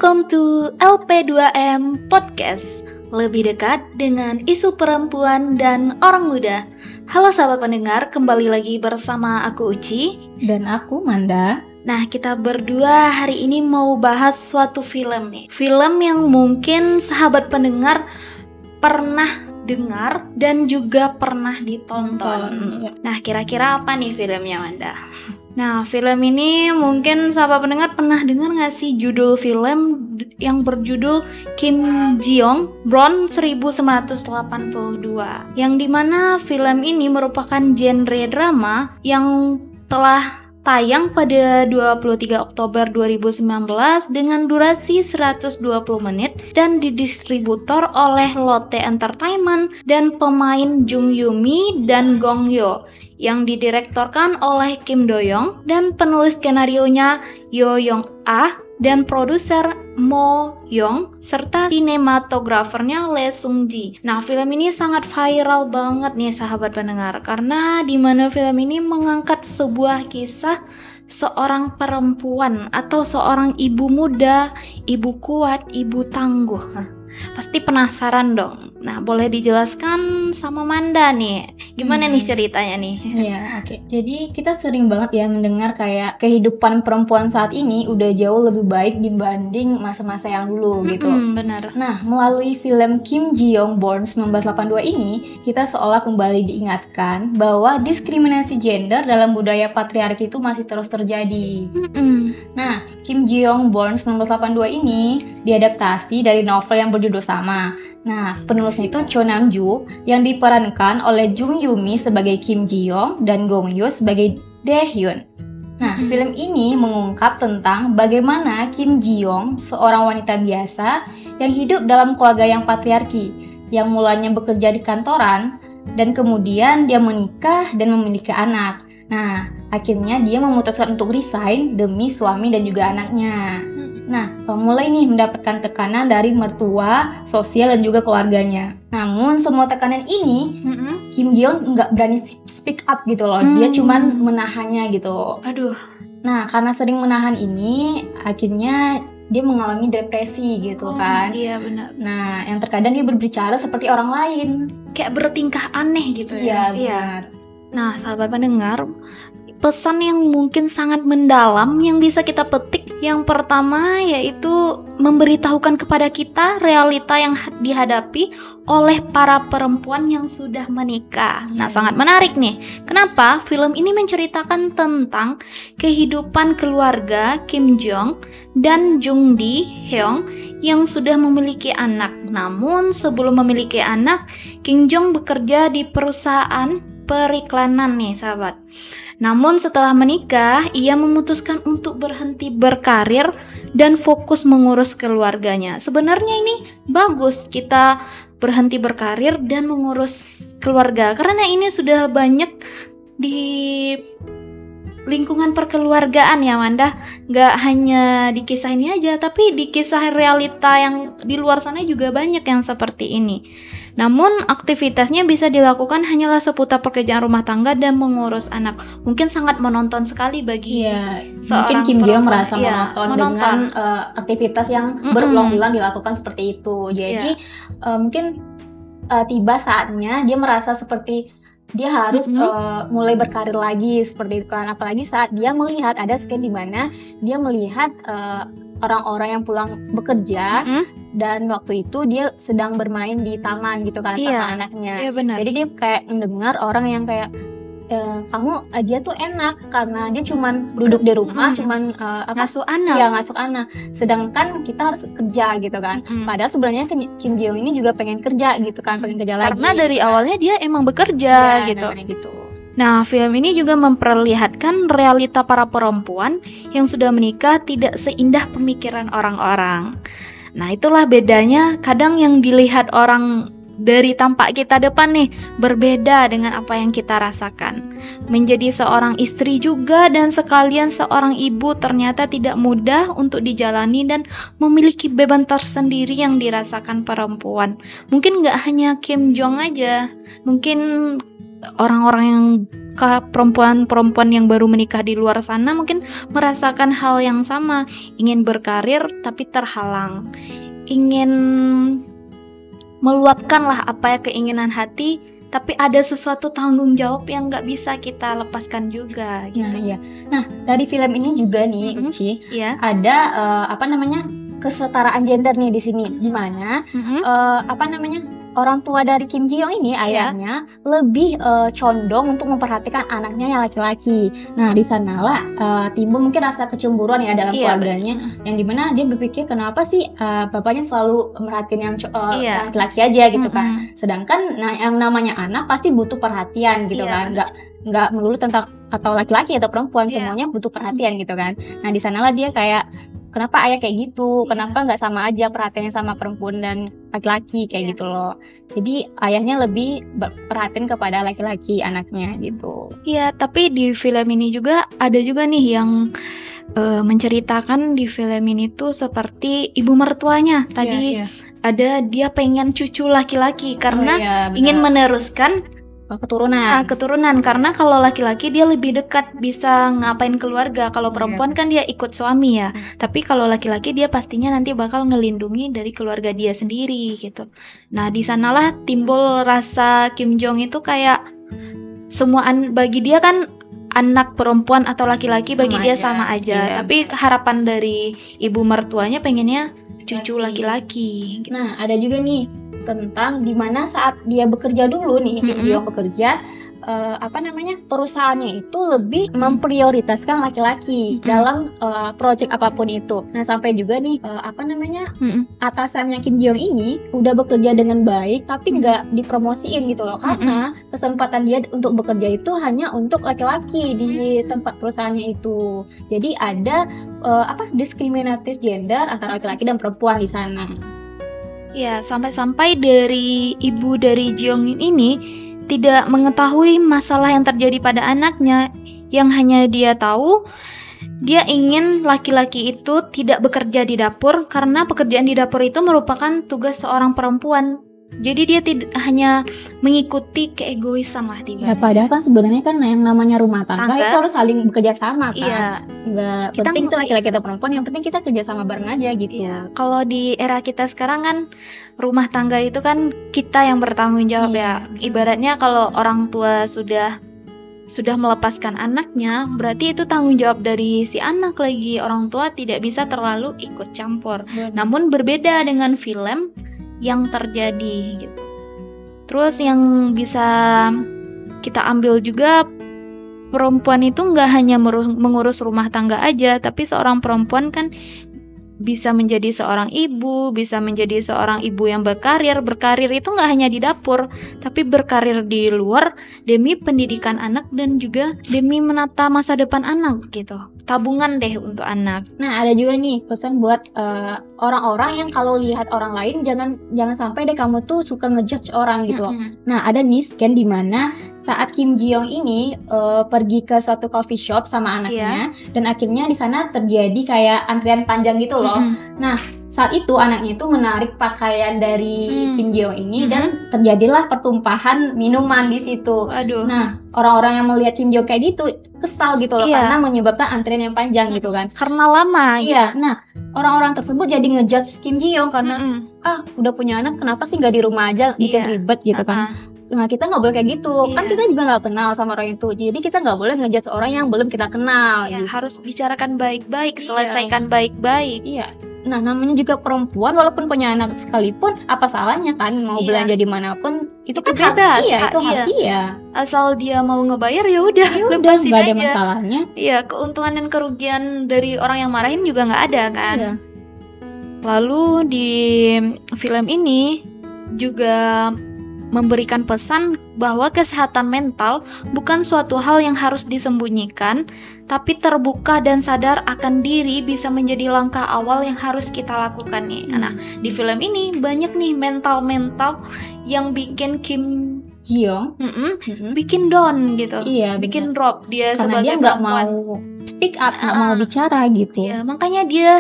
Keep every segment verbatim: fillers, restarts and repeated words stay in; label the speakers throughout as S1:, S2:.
S1: Welcome to L P dua M Podcast, lebih dekat dengan isu perempuan dan orang muda. Halo sahabat pendengar, kembali lagi bersama aku Uci
S2: dan aku Manda.
S1: Nah, kita berdua hari ini mau bahas suatu film nih. Film yang mungkin sahabat pendengar pernah dengar dan juga pernah ditonton.
S2: Ya.
S1: Nah, kira-kira apa nih filmnya, Manda? Nah, film ini mungkin sahabat pendengar pernah dengar nggak sih judul film yang berjudul Kim Ji-young Born seribu sembilan ratus delapan puluh dua, yang dimana film ini merupakan genre drama yang telah tayang pada dua puluh tiga Oktober dua ribu sembilan belas dengan durasi seratus dua puluh menit dan didistributor oleh Lotte Entertainment dan pemain Jung Yoo-mi dan Gong Yoo, yang didirektorkan oleh Kim Do-young dan penulis skenarionya Yo Yong-ah dan produser Mo Young serta sinematografernya Lee Sung-ji. Nah, film ini sangat viral banget nih sahabat pendengar, karena di mana film ini mengangkat sebuah kisah seorang perempuan atau seorang ibu muda, ibu kuat, ibu tangguh. Pasti penasaran dong. Nah, boleh dijelaskan sama Manda nih, gimana hmm. nih ceritanya nih?
S2: Iya, oke. Okay. Jadi kita sering banget ya mendengar kayak kehidupan perempuan saat ini udah jauh lebih baik dibanding masa-masa yang dulu
S1: Mm-mm,
S2: gitu.
S1: Benar.
S2: Nah, melalui film Kim Ji-young Born seribu sembilan ratus delapan puluh dua ini, kita seolah kembali diingatkan bahwa diskriminasi gender dalam budaya patriarki itu masih terus terjadi.
S1: Mm-mm.
S2: Nah, Kim Ji-young Born seribu sembilan ratus delapan puluh dua ini diadaptasi dari novel yang berjudul sama. Nah, penulisnya itu Cho Nam-ju yang diperankan oleh Jung Yoo-mi sebagai Kim Ji-young dan Gong Yoo sebagai Dae-hyun. Nah, hmm. film ini mengungkap tentang bagaimana Kim Ji-young, seorang wanita biasa yang hidup dalam keluarga yang patriarki, yang mulanya bekerja di kantoran dan kemudian dia menikah dan memiliki anak. Nah, akhirnya dia memutuskan untuk resign demi suami dan juga anaknya. Nah, mulai nih mendapatkan tekanan dari mertua, sosial, dan juga keluarganya. Namun, semua tekanan ini, mm-hmm. Kim Ji-young nggak berani speak up gitu loh. Mm. Dia cuman menahannya gitu.
S1: Aduh.
S2: Nah, karena sering menahan ini, akhirnya dia mengalami depresi gitu
S1: oh,
S2: kan.
S1: Iya, benar.
S2: Nah, yang terkadang dia berbicara seperti orang lain.
S1: Kayak bertingkah aneh gitu ya.
S2: Iya, benar.
S1: Nah, sahabat pendengar, pesan yang mungkin sangat mendalam yang bisa kita petik, yang pertama yaitu memberitahukan kepada kita realita yang dihadapi oleh para perempuan yang sudah menikah. Nah,
S2: yes.
S1: sangat menarik nih. Kenapa? Film ini menceritakan tentang kehidupan keluarga Kim Jong dan Jung Di-hyung yang sudah memiliki anak. Namun sebelum memiliki anak, Kim Jong bekerja di perusahaan periklanan nih, sahabat. Namun setelah menikah, ia memutuskan untuk berhenti berkarir dan fokus mengurus keluarganya. Sebenarnya ini bagus kita berhenti berkarir dan mengurus keluarga, karena ini sudah banyak di lingkungan perkeluargaan ya, Manda. Nggak hanya di kisah ini aja, tapi di kisah realita yang di luar sana juga banyak yang seperti ini. Namun aktivitasnya bisa dilakukan hanyalah seputar pekerjaan rumah tangga dan mengurus anak. Mungkin sangat menonton sekali bagi
S2: ya,
S1: seorang
S2: mungkin Kim Ji-young merasa
S1: ya,
S2: menonton,
S1: menonton
S2: dengan uh, aktivitas yang Mm-mm. berulang-ulang dilakukan seperti itu. Jadi ya. uh, mungkin uh, tiba saatnya dia merasa seperti dia harus mm-hmm. uh, mulai berkarir lagi seperti itu kan. Apalagi saat dia melihat ada scan di mana dia melihat uh, orang-orang yang pulang bekerja mm-hmm. dan waktu itu dia sedang bermain di taman gitu kan
S1: iya.
S2: sama anaknya.
S1: Iya, benar.
S2: Jadi dia kayak mendengar orang yang kayak e, kamu dia tuh enak karena dia cuman duduk di rumah, mm-hmm. cuman uh, apa,
S1: ngasuh anak.
S2: Ya, ngasuh anak. Sedangkan kita harus kerja gitu kan. Mm-hmm. Padahal sebenarnya Kim Ji-young ini juga pengen kerja gitu kan, pengen kerja
S1: karena
S2: lagi.
S1: Karena dari
S2: gitu.
S1: awalnya dia emang bekerja
S2: ya,
S1: gitu.
S2: Nah, gitu.
S1: Nah, film ini juga memperlihatkan realita para perempuan yang sudah menikah tidak seindah pemikiran orang-orang. Nah, itulah bedanya. Kadang yang dilihat orang dari tampak kita depan nih berbeda dengan apa yang kita rasakan. Menjadi seorang istri juga dan sekalian seorang ibu ternyata tidak mudah untuk dijalani dan memiliki beban tersendiri yang dirasakan perempuan. Mungkin gak hanya Kim Jong aja, mungkin orang-orang yang ka- perempuan-perempuan yang baru menikah di luar sana mungkin merasakan hal yang sama, ingin berkarir tapi terhalang, ingin meluapkan lah apa ya keinginan hati, tapi ada sesuatu tanggung jawab yang nggak bisa kita lepaskan juga gitu.
S2: Nah, iya. Nah, dari film ini juga nih,
S1: Mm-mm.
S2: Uci,
S1: Iya.
S2: ada eh, apa namanya? kesetaraan gender nih di sini, di mana
S1: Mm-mm.
S2: eh, apa namanya? orang tua dari Kim Ji Young ini, ayahnya lebih eh, condong untuk memperhatikan anaknya yang laki-laki. Nah, di sanalah eh, timbul mungkin rasa kecemburuan ya dalam
S1: Iya,
S2: keluarganya, yang dimana dia berpikir kenapa sih eh, bapaknya selalu merhatiin yang co- eh,
S1: Iya.
S2: laki-laki aja gitu kan.
S1: Mm-mm.
S2: Sedangkan nah yang namanya anak pasti butuh perhatian gitu
S1: Iya,
S2: kan, nggak nggak melulu tentang atau laki-laki atau perempuan,
S1: Iya.
S2: semuanya butuh perhatian gitu kan. Nah, di sanalah dia kayak kenapa ayah kayak gitu,
S1: Iya.
S2: kenapa nggak sama aja perhatiannya sama perempuan dan laki-laki kayak
S1: Iya.
S2: gitu loh. Jadi ayahnya lebih ber- perhatian kepada laki-laki anaknya gitu.
S1: Iya, tapi di film ini juga ada juga nih yang eh, menceritakan di film ini tuh seperti ibu mertuanya. Tadi
S2: Iya, iya.
S1: ada dia pengen cucu laki-laki karena
S2: Oh, iya, benar.
S1: ingin meneruskan
S2: Oh, keturunan.
S1: ah, keturunan. Karena kalau laki-laki dia lebih dekat bisa ngapain keluarga. Kalau
S2: Iya.
S1: perempuan kan dia ikut suami ya.
S2: Hmm.
S1: Tapi kalau laki-laki dia pastinya nanti bakal ngelindungi dari keluarga dia sendiri gitu. Nah, di sanalah timbul rasa Kim Jong itu kayak semua an- bagi dia kan anak perempuan atau laki-laki bagi
S2: Sama
S1: dia
S2: aja,
S1: sama aja.
S2: iya.
S1: Tapi harapan dari ibu mertuanya pengennya cucu
S2: Laki.
S1: laki-laki gitu.
S2: Nah, ada juga nih tentang dimana saat dia bekerja dulu nih, Kim
S1: Mm-mm.
S2: Ji Young bekerja, eh, apa namanya, perusahaannya itu lebih memprioritaskan laki-laki
S1: Mm-mm.
S2: dalam eh, proyek apapun itu. Nah, sampai juga nih eh, apa namanya,
S1: Mm-mm.
S2: atasannya Kim Ji Young ini udah bekerja dengan baik tapi
S1: Mm.
S2: nggak dipromosiin gitu loh, karena kesempatan dia untuk bekerja itu hanya untuk laki-laki di tempat perusahaannya itu. Jadi ada eh, apa diskriminatif gender antara laki-laki dan perempuan di sana.
S1: Ya, sampai-sampai dari ibu dari Jeong ini tidak mengetahui masalah yang terjadi pada anaknya. Yang hanya dia tahu, dia ingin laki-laki itu tidak bekerja di dapur karena pekerjaan di dapur itu merupakan tugas seorang perempuan. Jadi dia tidak hanya mengikuti keegoisan lah
S2: Ya,
S1: tiba.
S2: padahal kan sebenarnya kan yang namanya rumah tangga,
S1: Tangga.
S2: itu harus saling bekerja sama kan.
S1: Iya,
S2: Nggak
S1: Kita
S2: penting
S1: ng-
S2: tuh laki-laki atau perempuan, yang penting kita kerja sama bareng aja gitu.
S1: iya. Kalau di era kita sekarang kan rumah tangga itu kan kita yang bertanggung jawab
S2: Iya,
S1: ya. Ibaratnya kalau orang tua sudah sudah melepaskan anaknya, berarti itu tanggung jawab dari si anak lagi. Orang tua tidak bisa terlalu ikut campur. Namun berbeda dengan film yang terjadi gitu. Terus yang bisa kita ambil juga, perempuan itu nggak hanya meru- mengurus rumah tangga aja, tapi seorang perempuan kan bisa menjadi seorang ibu, bisa menjadi seorang ibu yang berkarir. Berkarir itu nggak hanya di dapur, tapi berkarir di luar demi pendidikan anak dan juga demi menata masa depan anak gitu. Tabungan deh untuk anak.
S2: Nah, ada juga nih pesan buat eh, orang-orang yang kalau lihat orang lain jangan jangan sampai deh kamu tuh suka ngejudge orang gitu loh.
S1: Mm-mm.
S2: Nah, ada nih scan di mana saat Kim Ji Young ini eh, pergi ke suatu coffee shop sama anaknya, dan akhirnya di sana terjadi kayak antrian panjang gitu loh.
S1: Mm-mm.
S2: Saat itu anaknya itu menarik pakaian dari
S1: Hmm.
S2: Kim Ji Young ini,
S1: Mm-mm.
S2: dan terjadilah pertumpahan minuman di situ.
S1: Aduh.
S2: Nah, orang-orang yang melihat Kim Ji Young kayak gitu kesal gitu loh,
S1: Iya.
S2: karena menyebabkan antrian yang panjang gitu kan.
S1: Karena lama.
S2: Iya, nah orang-orang tersebut jadi ngejudge Kim Ji Young karena
S1: Mm-mm.
S2: ah udah punya anak kenapa sih nggak di rumah aja bikin
S1: Iya.
S2: ribet gitu kan.
S1: Ah-ah.
S2: Nah, kita nggak boleh kayak gitu, kan
S1: Iya.
S2: kita juga nggak kenal sama orang itu, jadi kita nggak boleh ngejudge orang yang belum kita kenal
S1: Ya,
S2: gitu.
S1: harus bicarakan baik-baik,
S2: Iya.
S1: selesaikan baik-baik.
S2: Iya. Nah, namanya juga perempuan, walaupun punya anak sekalipun, apa salahnya kan mau
S1: Iya.
S2: belanja dimanapun itu,
S1: Itu
S2: kan hak
S1: bebas,
S2: iya,
S1: hak
S2: itu hak
S1: dia.
S2: dia.
S1: Asal dia mau ngebayar ya udah,
S2: Ya udah,
S1: lepasin
S2: nggak ada
S1: aja.
S2: masalahnya.
S1: Iya, keuntungan dan kerugian dari orang yang marahin juga nggak ada kan.
S2: Iya.
S1: Lalu di film ini juga memberikan pesan bahwa kesehatan mental bukan suatu hal yang harus disembunyikan, tapi terbuka dan sadar akan diri bisa menjadi langkah awal yang harus kita lakukan nih.
S2: Hmm.
S1: Nah, di film ini banyak nih mental-mental yang bikin Kim
S2: Ji Young,
S1: mm-mm,
S2: mm-mm.
S1: bikin down gitu,
S2: Iya,
S1: bikin drop dia
S2: karena
S1: sebagai
S2: dia nggak
S1: perempuan.
S2: mau speak up, nggak
S1: Ah,
S2: mau bicara gitu.
S1: Iya, makanya dia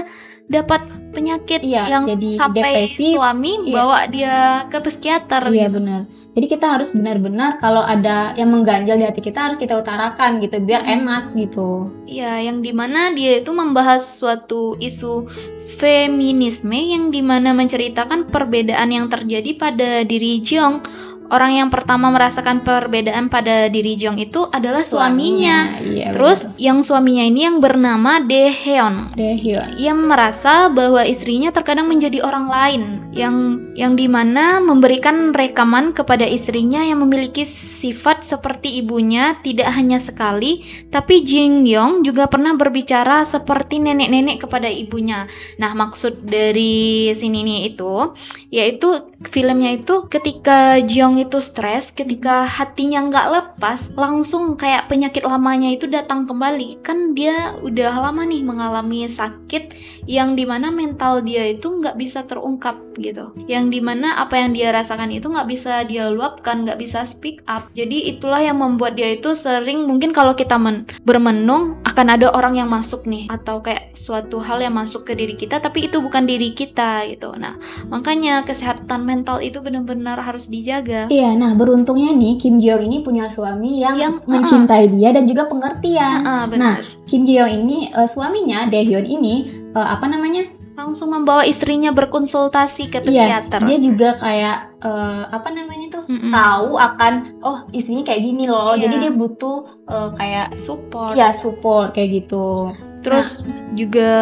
S1: dapat penyakit
S2: Iya,
S1: yang
S2: jadi
S1: sampai
S2: depresi.
S1: suami
S2: Iya.
S1: bawa dia ke psikiater.
S2: Iya
S1: gitu.
S2: benar. Jadi kita harus benar-benar kalau ada yang mengganjal di hati kita harus kita utarakan gitu biar
S1: Mm.
S2: enak gitu.
S1: Iya, yang dimana dia itu membahas suatu isu feminisme yang dimana menceritakan perbedaan yang terjadi pada diri Jeong. Orang yang pertama merasakan perbedaan pada diri Jeong itu adalah suaminya.
S2: Iya,
S1: Terus yang suaminya ini yang bernama Daehyun.
S2: Daehyun.
S1: Ia merasa bahwa istrinya terkadang menjadi orang lain, yang yang dimana memberikan rekaman kepada istrinya yang memiliki sifat seperti ibunya tidak hanya sekali, tapi Jin Yong juga pernah berbicara seperti nenek-nenek kepada ibunya. Nah, maksud dari sini nih itu, yaitu filmnya itu ketika Jeong itu stres, ketika hatinya nggak lepas, langsung kayak penyakit lamanya itu datang kembali. Kan dia udah lama nih mengalami sakit yang dimana mental dia itu nggak bisa terungkap gitu. Yang dimana apa yang dia rasakan itu nggak bisa dia luapkan, nggak bisa speak up. Jadi itulah yang membuat dia itu sering, mungkin kalau kita men- bermenung akan ada orang yang masuk nih, atau kayak suatu hal yang masuk ke diri kita, tapi itu bukan diri kita gitu. Nah, makanya kesehatan mental itu benar-benar harus dijaga.
S2: Iya, nah beruntungnya nih Kim Jeong ini punya suami yang,
S1: Yang-
S2: mencintai dia dan juga pengertian.
S1: Ah,
S2: Nah,
S1: benar.
S2: Kim Jeong ini eh, suaminya Daehyun ini eh, apa namanya?
S1: Langsung membawa istrinya berkonsultasi ke psikiater.
S2: Iya, dia juga kayak eh, apa namanya tuh?
S1: Mm-mm.
S2: Tahu akan oh istrinya kayak gini loh.
S1: Iya.
S2: Jadi dia butuh eh, kayak
S1: Support.
S2: ya support kayak gitu.
S1: Terus juga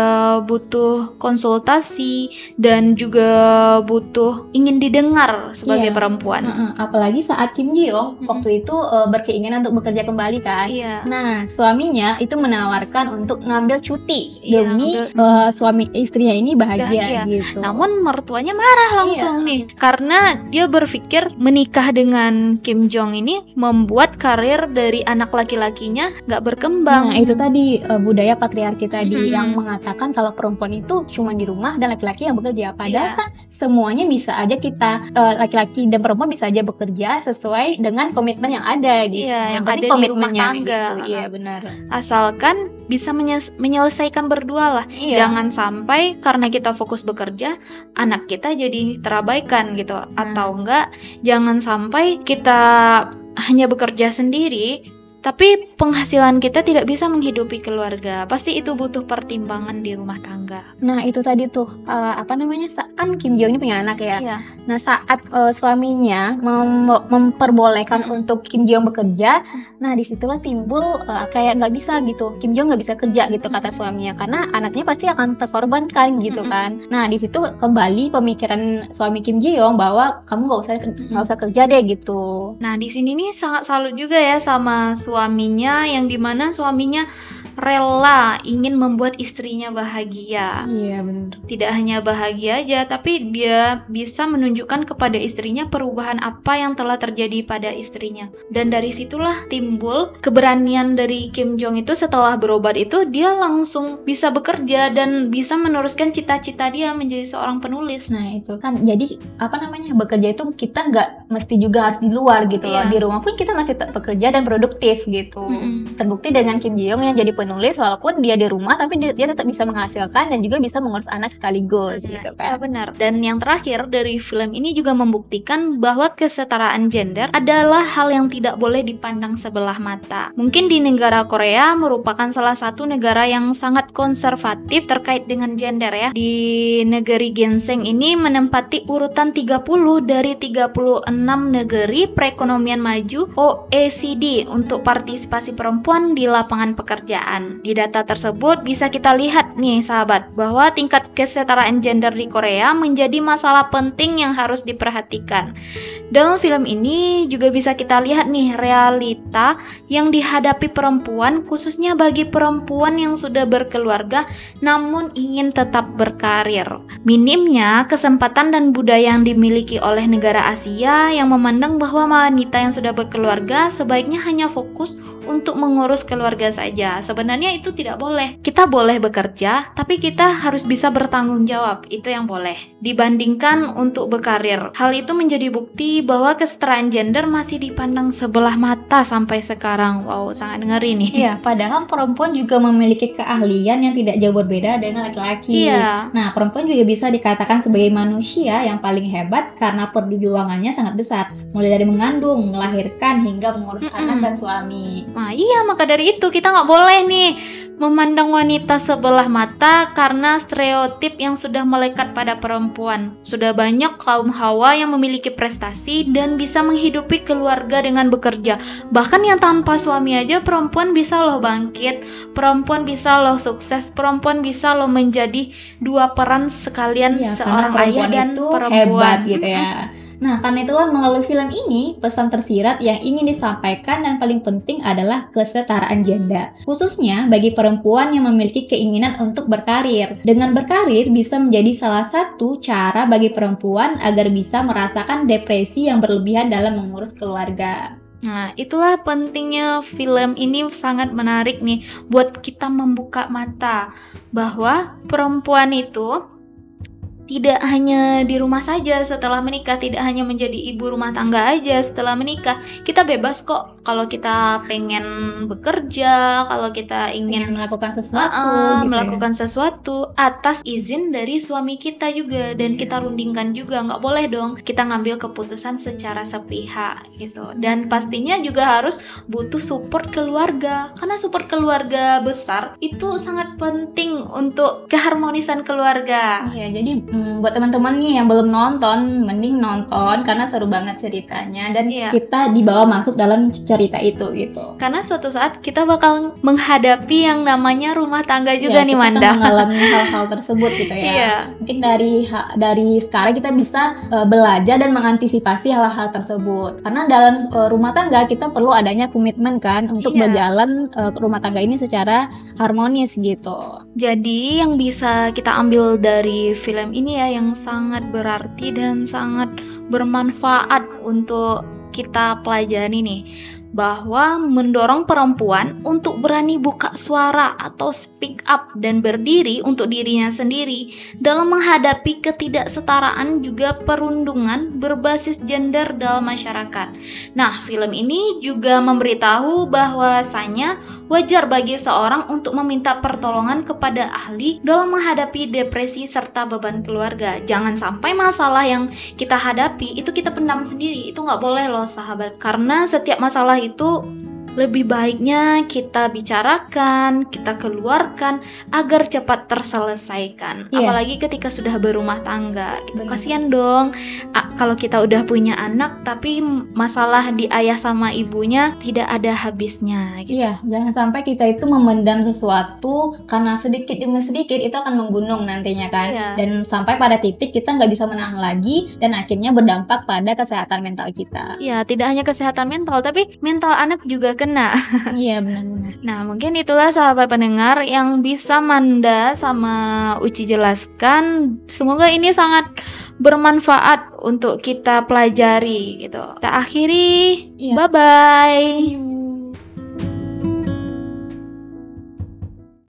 S1: butuh konsultasi dan juga butuh ingin didengar sebagai
S2: Iya.
S1: perempuan.
S2: Heeh, apalagi saat Kim Jeong
S1: Mm-mm.
S2: waktu itu eh, berkeinginan untuk bekerja kembali kan.
S1: Iya.
S2: Nah, suaminya itu menawarkan untuk ngambil cuti
S1: Iya,
S2: demi
S1: ngambil-
S2: eh, suami istrinya ini bahagia,
S1: Bahagia.
S2: gitu.
S1: Namun mertuanya marah langsung nih, karena dia berpikir menikah dengan Kim Jong ini membuat karir dari anak laki-lakinya nggak berkembang.
S2: Nah, itu tadi eh, budaya patriarki tadi
S1: Mm-mm.
S2: yang mengatakan kalau perempuan itu cuma di rumah dan laki-laki yang bekerja. Padahal
S1: Iya.
S2: kan semuanya bisa aja kita eh, laki-laki dan perempuan bisa aja bekerja sesuai dengan komitmen yang ada gitu.
S1: Iya, yang
S2: penting
S1: ada di rumah
S2: komitmennya
S1: tangga.
S2: gitu. Iya, benar.
S1: Asalkan bisa menyes- menyelesaikan berdua lah.
S2: Iya.
S1: Jangan sampai karena kita fokus bekerja, anak kita jadi terabaikan gitu. Atau enggak, jangan sampai kita hanya bekerja sendiri, tapi penghasilan kita tidak bisa menghidupi keluarga. Pasti itu butuh pertimbangan di rumah tangga.
S2: Nah, itu tadi tuh eh, apa namanya? sa- Kan Kim Jong ini punya anak ya.
S1: Iya.
S2: Nah, saat eh, suaminya mem- memperbolehkan
S1: Mm-mm.
S2: untuk Kim Jong bekerja, nah disitulah timbul eh, kayak nggak bisa gitu, Kim Jong nggak bisa kerja gitu kata suaminya, karena anaknya pasti akan terkorbankan gitu
S1: Mm-mm.
S2: kan. Nah, di situ kembali pemikiran suami Kim Jeong bahwa kamu nggak usah nggak usah kerja deh gitu.
S1: Nah, di sini nih sangat salut juga ya sama suaminya, yang dimana suaminya rela ingin membuat istrinya bahagia.
S2: Iya benar.
S1: Tidak hanya bahagia aja, tapi dia bisa menunjukkan kepada istrinya perubahan apa yang telah terjadi pada istrinya. Dan dari situlah timbul keberanian dari Kim Jong itu. Setelah berobat itu, dia langsung bisa bekerja dan bisa meneruskan cita-cita dia menjadi seorang penulis.
S2: Nah itu kan jadi apa namanya, bekerja itu kita nggak mesti juga harus di luar gitu loh.
S1: Iya.
S2: Di rumah pun kita masih tetap bekerja dan produktif gitu.
S1: Mm-mm.
S2: Terbukti dengan Kim Jeong yang jadi penulis walaupun dia di rumah tapi dia, dia tetap bisa menghasilkan dan juga bisa mengurus anak sekaligus gitu
S1: Ya
S2: kan.
S1: benar. Dan yang terakhir dari film ini juga membuktikan bahwa kesetaraan gender adalah hal yang tidak boleh dipandang sebelah mata. Mungkin di negara Korea merupakan salah satu negara yang sangat konservatif terkait dengan gender ya. Di negeri ginseng ini menempati urutan tiga puluh dari tiga puluh enam negeri perekonomian maju O E C D untuk partisipasi perempuan di lapangan pekerjaan. Di data tersebut bisa kita lihat nih sahabat, bahwa tingkat kesetaraan gender di Korea menjadi masalah penting yang harus diperhatikan. Dalam film ini juga bisa kita lihat nih realita yang dihadapi perempuan, khususnya bagi perempuan yang sudah berkeluarga namun ingin tetap berkarir. Minimnya kesempatan dan budaya yang dimiliki oleh negara Asia yang memandang bahwa wanita yang sudah berkeluarga sebaiknya hanya fokus untuk mengurus keluarga saja. Sebenarnya sebenarnya itu tidak boleh. Kita boleh bekerja, tapi kita harus bisa bertanggung jawab. Itu yang boleh. Dibandingkan untuk berkarir. Hal itu menjadi bukti bahwa kesetaraan gender masih dipandang sebelah mata sampai sekarang. Wow, sangat ngeri nih.
S2: Iya, padahal perempuan juga memiliki keahlian yang tidak jauh berbeda dengan laki-laki.
S1: Iya.
S2: Nah, perempuan juga bisa dikatakan sebagai manusia yang paling hebat karena perjuangannya sangat besar. Mulai dari mengandung, melahirkan, hingga mengurus
S1: Mm-mm.
S2: anak dan suami.
S1: Nah iya, maka dari itu kita nggak boleh nih memandang wanita sebelah mata karena stereotip yang sudah melekat pada perempuan. Sudah banyak kaum hawa yang memiliki prestasi dan bisa menghidupi keluarga dengan bekerja. Bahkan yang tanpa suami aja perempuan bisa loh bangkit, perempuan bisa loh sukses, perempuan bisa loh menjadi dua peran sekalian,
S2: Iya,
S1: seorang
S2: karena
S1: ayah
S2: perempuan
S1: dan
S2: itu
S1: perempuan.
S2: hebat gitu ya. Nah, karena itulah melalui film ini, pesan tersirat yang ingin disampaikan dan paling penting adalah kesetaraan gender. Khususnya bagi perempuan yang memiliki keinginan untuk berkarir. Dengan berkarir bisa menjadi salah satu cara bagi perempuan agar bisa merasakan depresi yang berlebihan dalam mengurus keluarga.
S1: Nah, itulah pentingnya film ini, sangat menarik nih buat kita membuka mata bahwa perempuan itu tidak hanya di rumah saja setelah menikah, tidak hanya menjadi ibu rumah tangga aja setelah menikah. Kita bebas kok kalau kita pengen bekerja, kalau kita ingin
S2: Ingin melakukan sesuatu,
S1: uh,
S2: gitu
S1: melakukan sesuatu atas izin dari suami kita juga, dan kita rundingkan juga. Nggak boleh dong kita ngambil keputusan secara sepihak gitu. Dan pastinya juga harus butuh support keluarga, karena support keluarga besar itu sangat penting untuk keharmonisan keluarga.
S2: ya. Iya, jadi hmm, buat teman-teman nih yang belum nonton, mending nonton karena seru banget ceritanya dan
S1: Iya.
S2: kita dibawa masuk dalam cerita itu gitu.
S1: Karena suatu saat kita bakal menghadapi yang namanya rumah tangga juga
S2: Ya,
S1: nih
S2: kita akan
S1: Manda.
S2: mengalami hal-hal tersebut gitu ya.
S1: Iya.
S2: Mungkin dari ha- dari sekarang kita bisa uh, belajar dan mengantisipasi hal-hal tersebut. Karena dalam uh, rumah tangga kita perlu adanya komitmen kan untuk
S1: Iya.
S2: berjalan uh, rumah tangga ini secara harmonis gitu.
S1: Jadi yang bisa kita ambil dari film ini ya, yang sangat berarti dan sangat bermanfaat untuk kita pelajari nih, bahwa mendorong perempuan untuk berani buka suara atau speak up dan berdiri untuk dirinya sendiri dalam menghadapi ketidaksetaraan juga perundungan berbasis gender dalam masyarakat. Nah, film ini juga memberitahu bahwasanya wajar bagi seorang untuk meminta pertolongan kepada ahli dalam menghadapi depresi serta beban keluarga. Jangan sampai masalah yang kita hadapi itu kita pendam sendiri. Itu nggak boleh loh sahabat, karena setiap masalah itu lebih baiknya kita bicarakan, kita keluarkan agar cepat terselesaikan.
S2: Iya.
S1: Apalagi ketika sudah berumah tangga. Gitu.
S2: Benar.
S1: Kasian dong a- kalau kita udah punya anak tapi masalah di ayah sama ibunya tidak ada habisnya. Gitu.
S2: Iya, jangan sampai kita itu memendam sesuatu karena sedikit demi sedikit itu akan menggunung nantinya kan.
S1: Iya.
S2: Dan sampai pada titik kita nggak bisa menahan lagi dan akhirnya berdampak pada kesehatan mental kita.
S1: Ya, tidak hanya kesehatan mental tapi mental anak juga kena.
S2: Iya, benar-benar.
S1: Nah, mungkin itulah sahabat pendengar yang bisa Manda sama Uci jelaskan. Semoga ini sangat bermanfaat untuk kita pelajari gitu. Kita akhiri.
S2: Iya.
S1: Bye-bye.